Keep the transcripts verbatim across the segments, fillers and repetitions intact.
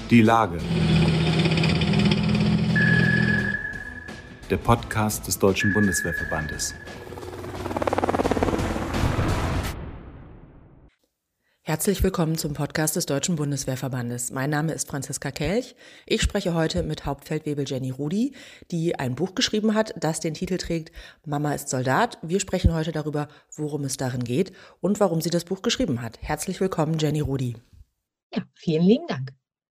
Die Lage. Der Podcast des Deutschen Bundeswehrverbandes. Herzlich willkommen zum Podcast des Deutschen Bundeswehrverbandes. Mein Name ist Franziska Kelch. Ich spreche heute mit Hauptfeldwebel Jenny Rudi, die ein Buch geschrieben hat, das den Titel trägt Mama ist Soldat. Wir sprechen heute darüber, worum es darin geht und warum sie das Buch geschrieben hat. Herzlich willkommen, Jenny Rudi. Ja, vielen lieben Dank.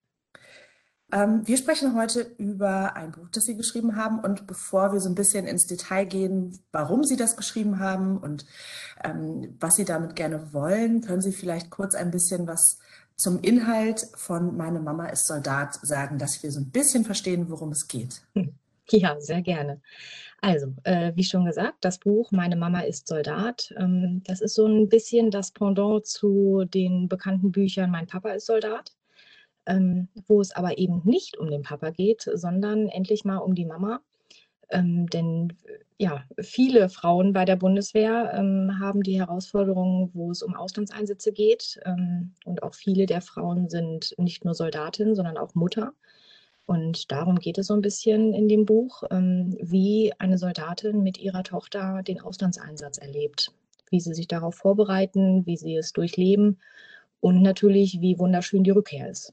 Ähm, wir sprechen heute über ein Buch, das Sie geschrieben haben. Und bevor wir so ein bisschen ins Detail gehen, warum Sie das geschrieben haben und ähm, was Sie damit gerne wollen, können Sie vielleicht kurz ein bisschen was zum Inhalt von Meine Mama ist Soldat sagen, dass wir so ein bisschen verstehen, worum es geht. Ja, sehr gerne. Also, äh, wie schon gesagt, das Buch Meine Mama ist Soldat, ähm, das ist so ein bisschen das Pendant zu den bekannten Büchern Mein Papa ist Soldat. Ähm, wo es aber eben nicht um den Papa geht, sondern endlich mal um die Mama. Ähm, denn ja, viele Frauen bei der Bundeswehr ähm, haben die Herausforderungen, wo es um Auslandseinsätze geht. Ähm, und auch viele der Frauen sind nicht nur Soldatin, sondern auch Mutter. Und darum geht es so ein bisschen in dem Buch, ähm, wie eine Soldatin mit ihrer Tochter den Auslandseinsatz erlebt, wie sie sich darauf vorbereiten, wie sie es durchleben und natürlich, wie wunderschön die Rückkehr ist.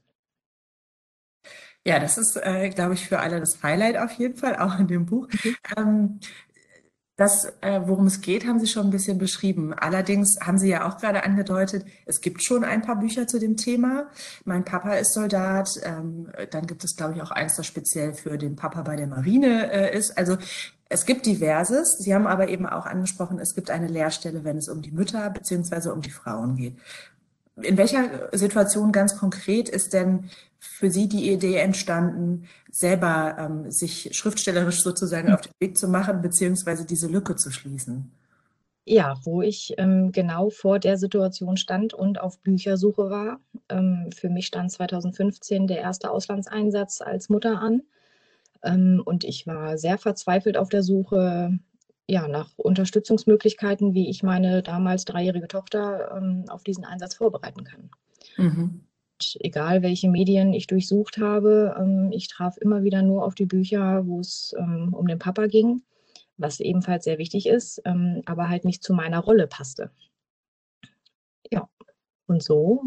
Ja, das ist, äh, glaube ich, für alle das Highlight auf jeden Fall, auch in dem Buch. Mhm. Ähm, das, äh, worum es geht, haben Sie schon ein bisschen beschrieben. Allerdings haben Sie ja auch gerade angedeutet, es gibt schon ein paar Bücher zu dem Thema. Mein Papa ist Soldat. Ähm, dann gibt es, glaube ich, auch eins, das speziell für den Papa bei der Marine äh, ist. Also es gibt Diverses. Sie haben aber eben auch angesprochen, es gibt eine Leerstelle, wenn es um die Mütter beziehungsweise um die Frauen geht. In welcher Situation ganz konkret ist denn für Sie die Idee entstanden, selber ähm, sich schriftstellerisch sozusagen auf den Weg zu machen, beziehungsweise diese Lücke zu schließen? Ja, wo ich ähm, genau vor der Situation stand und auf Büchersuche war. Ähm, für mich stand zweitausendfünfzehn der erste Auslandseinsatz als Mutter an. Ähm, und ich war sehr verzweifelt auf der Suche, ja, nach Unterstützungsmöglichkeiten, wie ich meine damals dreijährige Tochter ähm, auf diesen Einsatz vorbereiten kann. Mhm. Und egal welche Medien ich durchsucht habe, ähm, ich traf immer wieder nur auf die Bücher, wo es ähm, um den Papa ging, was ebenfalls sehr wichtig ist, ähm, aber halt nicht zu meiner Rolle passte. Ja, und so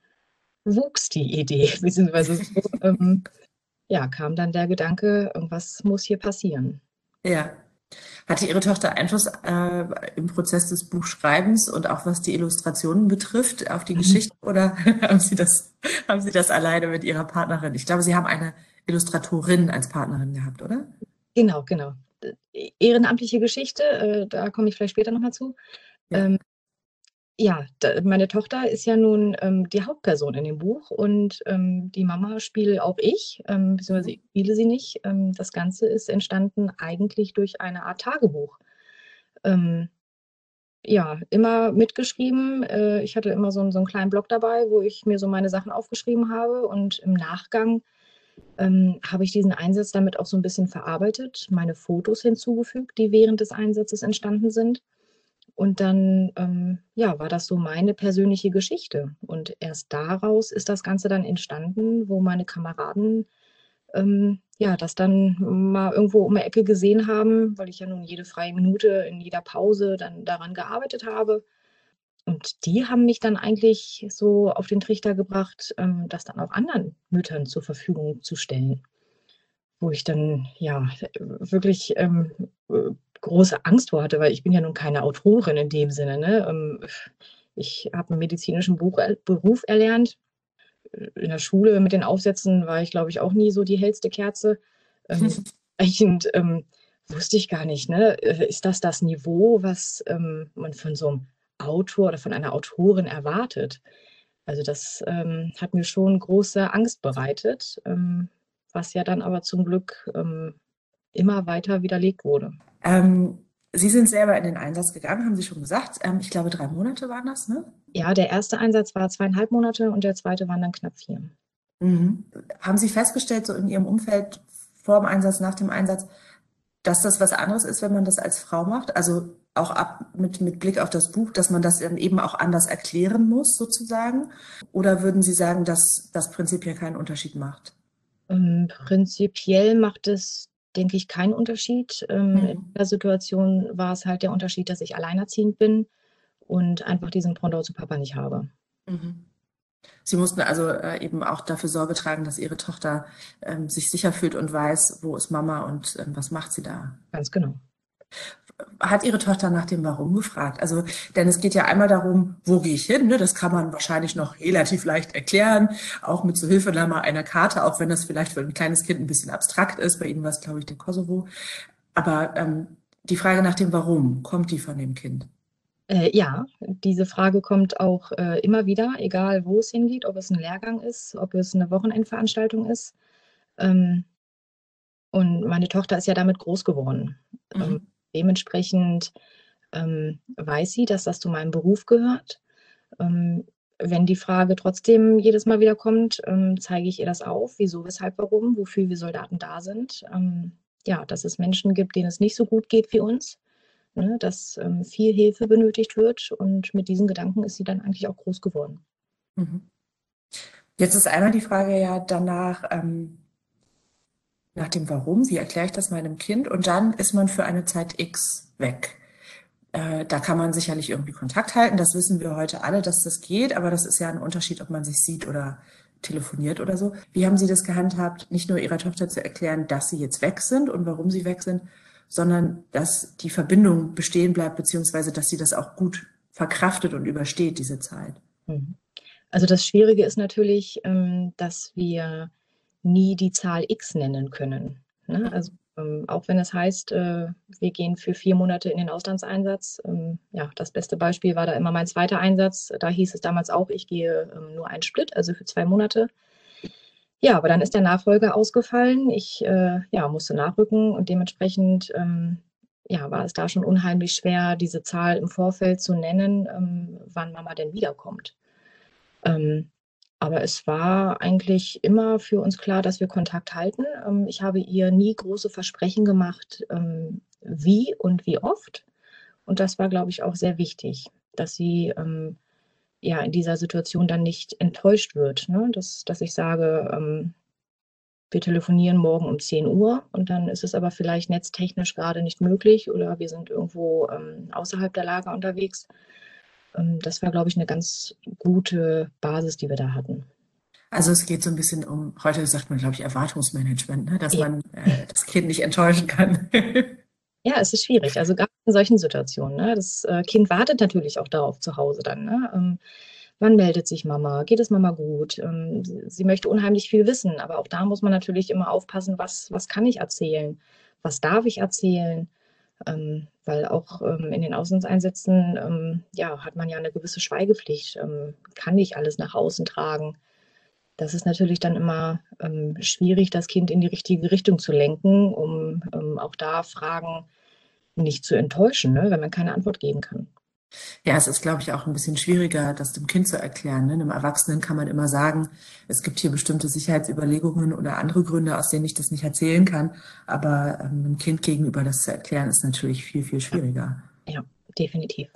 wuchs die Idee, beziehungsweise so ähm, ja, kam dann der Gedanke, irgendwas muss hier passieren. Ja. Hatte Ihre Tochter Einfluss äh, im Prozess des Buchschreibens und auch was die Illustrationen betrifft auf die Mhm. Geschichte oder haben Sie das, haben Sie das alleine mit Ihrer Partnerin? Ich glaube, Sie haben eine Illustratorin als Partnerin gehabt, oder? Genau, genau. Äh, Ehrenamtliche Geschichte, äh, da komme ich vielleicht später nochmal zu. Ja. Ähm, ja, da, meine Tochter ist ja nun ähm, die Hauptperson in dem Buch und ähm, die Mama spiele auch ich, ähm, beziehungsweise ich spiele sie nicht. Ähm, das Ganze ist entstanden eigentlich durch eine Art Tagebuch. Ähm, ja, immer mitgeschrieben. Äh, ich hatte immer so, einen- so einen kleinen Block dabei, wo ich mir so meine Sachen aufgeschrieben habe und im Nachgang ähm, habe ich diesen Einsatz damit auch so ein bisschen verarbeitet, meine Fotos hinzugefügt, die während des Einsatzes entstanden sind. Und dann, ähm, ja, war das so meine persönliche Geschichte. Und erst daraus ist das Ganze dann entstanden, wo meine Kameraden, ähm, ja, das dann mal irgendwo um die Ecke gesehen haben, weil ich ja nun jede freie Minute in jeder Pause dann daran gearbeitet habe. Und die haben mich dann eigentlich so auf den Trichter gebracht, ähm, das dann auch anderen Müttern zur Verfügung zu stellen. Wo ich dann, ja, wirklich, ähm, äh, große Angst vor hatte, weil ich bin ja nun keine Autorin in dem Sinne, ne? Ähm, ich habe 'n medizinischen Buch äh, Beruf erlernt. In der Schule mit den Aufsätzen war ich, glaube ich, auch nie so die hellste Kerze. Ähm, entsprechend, ähm, wusste ich gar nicht, ne, äh, ist das das Niveau, was, ähm, man von so 'nem Autor oder von einer Autorin erwartet? Also, das, ähm, hat mir schon große Angst bereitet, ähm, was ja dann aber zum Glück, ähm, immer weiter widerlegt wurde. Ähm, Sie sind selber in den Einsatz gegangen, haben Sie schon gesagt. Ähm, ich glaube, drei Monate waren das, ne? Ja, der erste Einsatz war zweieinhalb Monate und der zweite waren dann knapp vier. Mhm. Haben Sie festgestellt, so in Ihrem Umfeld vor dem Einsatz, nach dem Einsatz, dass das was anderes ist, wenn man das als Frau macht? Also auch ab mit, mit Blick auf das Buch, dass man das dann eben auch anders erklären muss, sozusagen? Oder würden Sie sagen, dass das prinzipiell keinen Unterschied macht? Ähm, prinzipiell macht es, denke ich, keinen Unterschied. Ähm, in Mhm. der Situation war es halt der Unterschied, dass ich alleinerziehend bin und einfach diesen Pendant zu Papa nicht habe. Mhm. Sie mussten also äh, eben auch dafür Sorge tragen, dass Ihre Tochter ähm, sich sicher fühlt und weiß, wo ist Mama und ähm, was macht sie da? Ganz genau. Hat Ihre Tochter nach dem Warum gefragt? Also, denn es geht ja einmal darum, wo gehe ich hin? Ne? Das kann man wahrscheinlich noch relativ leicht erklären, auch mit Zuhilfenahme einer Karte, auch wenn das vielleicht für ein kleines Kind ein bisschen abstrakt ist. Bei Ihnen war es, glaube ich, der Kosovo. Aber ähm, die Frage nach dem Warum, kommt die von dem Kind? Äh, ja, diese Frage kommt auch äh, immer wieder, egal wo es hingeht, ob es ein Lehrgang ist, ob es eine Wochenendveranstaltung ist. Ähm, und meine Tochter ist ja damit groß geworden. Ähm, Mhm. dementsprechend ähm, weiß sie, dass das zu meinem Beruf gehört. Ähm, wenn die Frage trotzdem jedes Mal wieder kommt, ähm, zeige ich ihr das auf, wieso, weshalb, warum, wofür wir Soldaten da sind. Ähm, ja, dass es Menschen gibt, denen es nicht so gut geht wie uns, ne, dass ähm, viel Hilfe benötigt wird. Und mit diesen Gedanken ist sie dann eigentlich auch groß geworden. Mhm. Jetzt ist einmal die Frage ja danach, ähm, nach dem Warum, wie erkläre ich das meinem Kind? Und dann ist man für eine Zeit X weg. Äh, da kann man sicherlich irgendwie Kontakt halten. Das wissen wir heute alle, dass das geht. Aber das ist ja ein Unterschied, ob man sich sieht oder telefoniert oder so. Wie haben Sie das gehandhabt, nicht nur Ihrer Tochter zu erklären, dass Sie jetzt weg sind und warum Sie weg sind, sondern dass die Verbindung bestehen bleibt, beziehungsweise dass sie das auch gut verkraftet und übersteht, diese Zeit? Mhm. Also das Schwierige ist natürlich, ähm, dass wir nie die Zahl X nennen können, ne? Also, Mhm. ähm, auch wenn es heißt, äh, wir gehen für vier Monate in den Auslandseinsatz. Ähm, ja, das beste Beispiel war da immer mein zweiter Einsatz. Da hieß es damals auch, ich gehe ähm, nur einen Split, also für zwei Monate. Ja, aber dann ist der Nachfolger ausgefallen. Ich äh, ja, musste nachrücken und dementsprechend ähm, ja, war es da schon unheimlich schwer, diese Zahl im Vorfeld zu nennen, ähm, wann Mama denn wiederkommt. Ähm, aber es war eigentlich immer für uns klar, dass wir Kontakt halten. Ähm, ich habe ihr nie große Versprechen gemacht, ähm, wie und wie oft. Und das war, glaube ich, auch sehr wichtig, dass sie ähm, ja in dieser Situation dann nicht enttäuscht wird, ne? Dass, dass ich sage, ähm, wir telefonieren morgen um zehn Uhr und dann ist es aber vielleicht netztechnisch gerade nicht möglich oder wir sind irgendwo ähm, außerhalb der Lager unterwegs. Ähm, das war, glaube ich, eine ganz gute Basis, die wir da hatten. Also es geht so ein bisschen um, heute sagt man, glaube ich, Erwartungsmanagement, ne? Dass Ja. man äh, das Kind nicht enttäuschen kann. Ja, es ist schwierig. Also gerade in solchen Situationen, ne? Das äh, Kind wartet natürlich auch darauf zu Hause dann, ne? Ähm, wann meldet sich Mama? Geht es Mama gut? Ähm, sie, sie möchte unheimlich viel wissen, aber auch da muss man natürlich immer aufpassen, was, was kann ich erzählen? Was darf ich erzählen? Ähm, weil auch ähm, in den Auslandseinsätzen ähm, ja, hat man ja eine gewisse Schweigepflicht. Ähm, kann ich alles nach außen tragen? Das ist natürlich dann immer ähm, schwierig, das Kind in die richtige Richtung zu lenken, um ähm, auch da Fragen nicht zu enttäuschen, ne, wenn man keine Antwort geben kann. Ja, es ist, glaube ich, auch ein bisschen schwieriger, das dem Kind zu erklären, ne? Einem Erwachsenen kann man immer sagen, es gibt hier bestimmte Sicherheitsüberlegungen oder andere Gründe, aus denen ich das nicht erzählen kann. Aber ähm, einem Kind gegenüber das zu erklären, ist natürlich viel, viel Ja, schwieriger. ja, definitiv.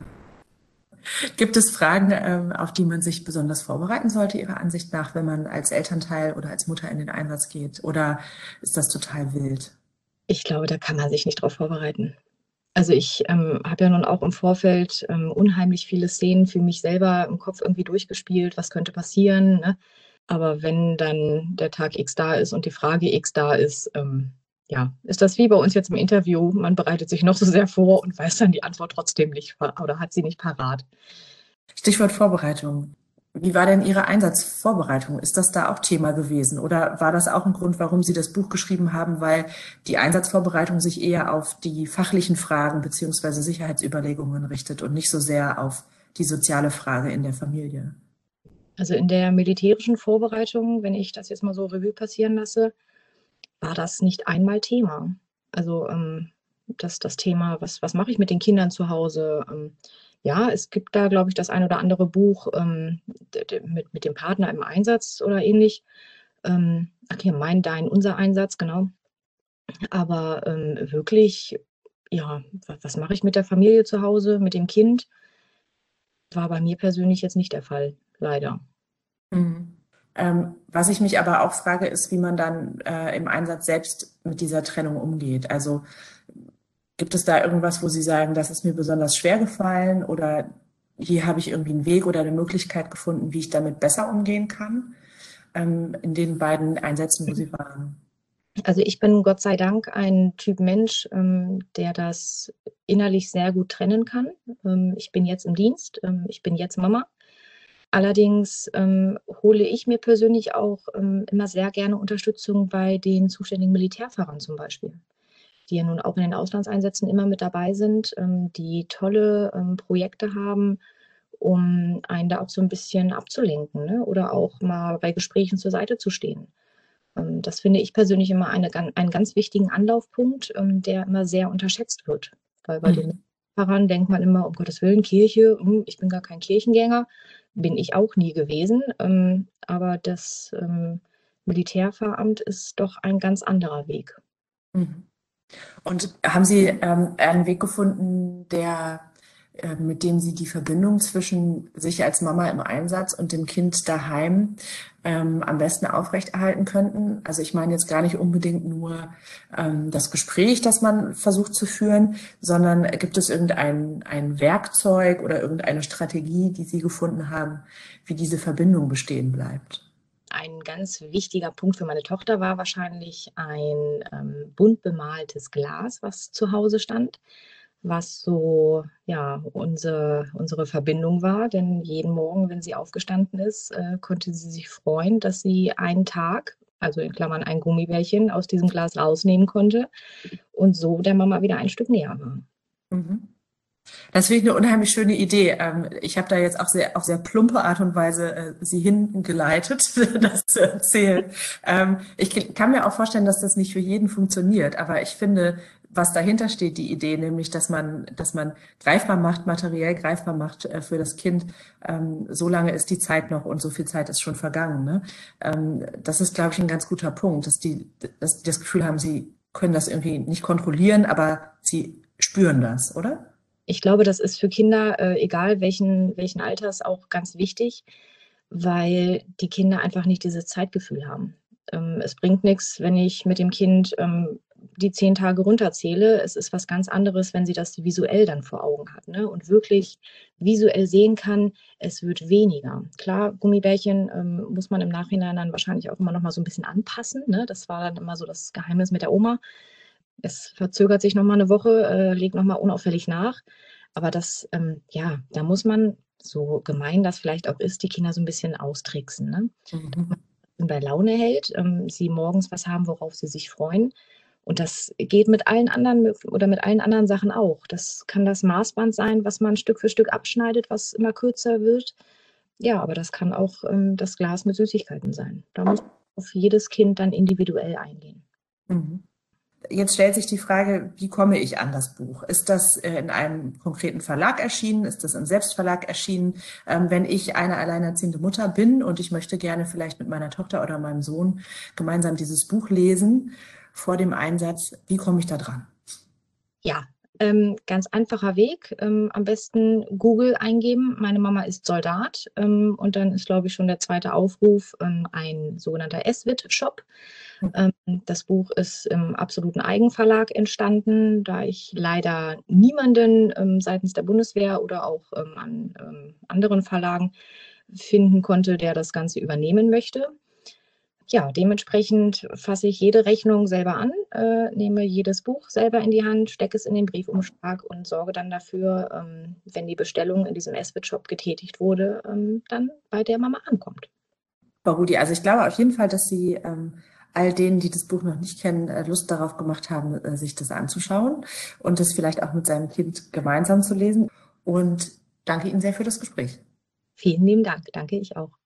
Gibt es Fragen, ähm, auf die man sich besonders vorbereiten sollte, Ihrer Ansicht nach, wenn man als Elternteil oder als Mutter in den Einsatz geht? Oder ist das total wild? Ich glaube, da kann man sich nicht drauf vorbereiten. Also ich ähm, habe ja nun auch im Vorfeld ähm, unheimlich viele Szenen für mich selber im Kopf irgendwie durchgespielt, was könnte passieren, ne? Aber wenn dann der Tag X da ist und die Frage X da ist, ähm, ja, ist das wie bei uns jetzt im Interview. Man bereitet sich noch so sehr vor und weiß dann die Antwort trotzdem nicht oder hat sie nicht parat. Stichwort Vorbereitung. Wie war denn Ihre Einsatzvorbereitung? Ist das da auch Thema gewesen? Oder war das auch ein Grund, warum Sie das Buch geschrieben haben, weil die Einsatzvorbereitung sich eher auf die fachlichen Fragen beziehungsweise Sicherheitsüberlegungen richtet und nicht so sehr auf die soziale Frage in der Familie? Also in der militärischen Vorbereitung, wenn ich das jetzt mal so Revue passieren lasse, war das nicht einmal Thema. Also ähm, das, das Thema, was, was mache ich mit den Kindern zu Hause? Ähm, ja, es gibt da, glaube ich, das ein oder andere Buch ähm, mit, mit dem Partner im Einsatz oder ähnlich. Ähm, ach hier, mein, dein, unser Einsatz, genau. Aber ähm, wirklich ja, wa was mache ich mit der Familie zu Hause, mit dem Kind? War bei mir persönlich jetzt nicht der Fall, leider. Mhm. Ähm, was ich mich aber auch frage, ist, wie man dann äh, im Einsatz selbst mit dieser Trennung umgeht. Also gibt es da irgendwas, wo Sie sagen, das ist mir besonders schwer gefallen oder hier habe ich irgendwie einen Weg oder eine Möglichkeit gefunden, wie ich damit besser umgehen kann, ähm, in den beiden Einsätzen, wo Sie waren? Also ich bin Gott sei Dank ein Typ Mensch, ähm, der das innerlich sehr gut trennen kann. Ähm, ich bin jetzt im Dienst, ähm, ich bin jetzt Mama. Allerdings ähm, hole ich mir persönlich auch ähm, immer sehr gerne Unterstützung bei den zuständigen Militärfahrern zum Beispiel, die ja nun auch in den Auslandseinsätzen immer mit dabei sind, ähm, die tolle ähm, Projekte haben, um einen da auch so ein bisschen abzulenken, ne? Oder auch mal bei Gesprächen zur Seite zu stehen. Ähm, das finde ich persönlich immer eine, einen ganz wichtigen Anlaufpunkt, ähm, der immer sehr unterschätzt wird. Weil bei den Mhm. Pfarrern denkt man immer, um Gottes Willen, Kirche, hm, ich bin gar kein Kirchengänger, bin ich auch nie gewesen. Ähm, aber das ähm, Militärpfarramt ist doch ein ganz anderer Weg. Mhm. Und haben Sie ähm, einen Weg gefunden, der, äh, mit dem Sie die Verbindung zwischen sich als Mama im Einsatz und dem Kind daheim ähm, am besten aufrechterhalten könnten? Also ich meine jetzt gar nicht unbedingt nur ähm, das Gespräch, das man versucht zu führen, sondern gibt es irgendein ein Werkzeug oder irgendeine Strategie, die Sie gefunden haben, wie diese Verbindung bestehen bleibt? Ein ganz wichtiger Punkt für meine Tochter war wahrscheinlich ein ähm, bunt bemaltes Glas, was zu Hause stand, was so ja unsere, unsere Verbindung war. Denn jeden Morgen, wenn sie aufgestanden ist, äh, konnte sie sich freuen, dass sie einen Tag, also in Klammern ein Gummibärchen, aus diesem Glas rausnehmen konnte und so der Mama wieder ein Stück näher war. Mhm. Das finde ich eine unheimlich schöne Idee. Ähm, ich habe da jetzt auch sehr, auf sehr plumpe Art und Weise äh, Sie hingeleitet, das zu erzählen. Ähm, ich kann mir auch vorstellen, dass das nicht für jeden funktioniert, aber ich finde, was dahinter steht, die Idee, nämlich, dass man, dass man greifbar macht, materiell greifbar macht äh, für das Kind, ähm, so lange ist die Zeit noch und so viel Zeit ist schon vergangen. Ne? Ähm, das ist, glaube ich, ein ganz guter Punkt, dass die, dass die das Gefühl haben, sie können das irgendwie nicht kontrollieren, aber sie spüren das, oder? Ich glaube, das ist für Kinder, äh, egal welchen, welchen Alters, auch ganz wichtig, weil die Kinder einfach nicht dieses Zeitgefühl haben. Ähm, es bringt nichts, wenn ich mit dem Kind ähm, die zehn Tage runterzähle. Es ist was ganz anderes, wenn sie das visuell dann vor Augen hat, ne? Und wirklich visuell sehen kann, es wird weniger. Klar, Gummibärchen ähm, muss man im Nachhinein dann wahrscheinlich auch immer noch mal so ein bisschen anpassen, ne? Das war dann immer so das Geheimnis mit der Oma. Es verzögert sich noch mal eine Woche, äh, legt noch mal unauffällig nach. Aber das, ähm, ja, da muss man, so gemein das vielleicht auch ist, die Kinder so ein bisschen austricksen, ne? Mhm. Bei Laune hält, ähm, sie morgens was haben, worauf sie sich freuen. Und das geht mit allen anderen oder mit allen anderen Sachen auch. Das kann das Maßband sein, was man Stück für Stück abschneidet, was immer kürzer wird. Ja, aber das kann auch ähm, das Glas mit Süßigkeiten sein. Da muss man auf jedes Kind dann individuell eingehen. Mhm. Jetzt stellt sich die Frage, wie komme ich an das Buch? Ist das äh, in einem konkreten Verlag erschienen? Ist das im Selbstverlag erschienen? Ähm, wenn ich eine alleinerziehende Mutter bin und ich möchte gerne vielleicht mit meiner Tochter oder meinem Sohn gemeinsam dieses Buch lesen vor dem Einsatz, wie komme ich da dran? Ja, ähm, ganz einfacher Weg. Ähm, am besten Google eingeben. Meine Mama ist Soldat. Ähm, und dann ist, glaube ich, schon der zweite Aufruf ähm, ein sogenannter S W I T-Shop. Ähm, das Buch ist im absoluten Eigenverlag entstanden, da ich leider niemanden ähm, seitens der Bundeswehr oder auch ähm, an ähm, anderen Verlagen finden konnte, der das Ganze übernehmen möchte. Ja, dementsprechend fasse ich jede Rechnung selber an, äh, nehme jedes Buch selber in die Hand, stecke es in den Briefumschlag und sorge dann dafür, ähm, wenn die Bestellung in diesem S W I T-Shop getätigt wurde, ähm, dann bei der Mama ankommt. Frau Rudi, also ich glaube auf jeden Fall, dass Sie ähm, all denen, die das Buch noch nicht kennen, äh, Lust darauf gemacht haben, äh, sich das anzuschauen und das vielleicht auch mit seinem Kind gemeinsam zu lesen. Und danke Ihnen sehr für das Gespräch. Vielen lieben Dank. Danke, ich auch.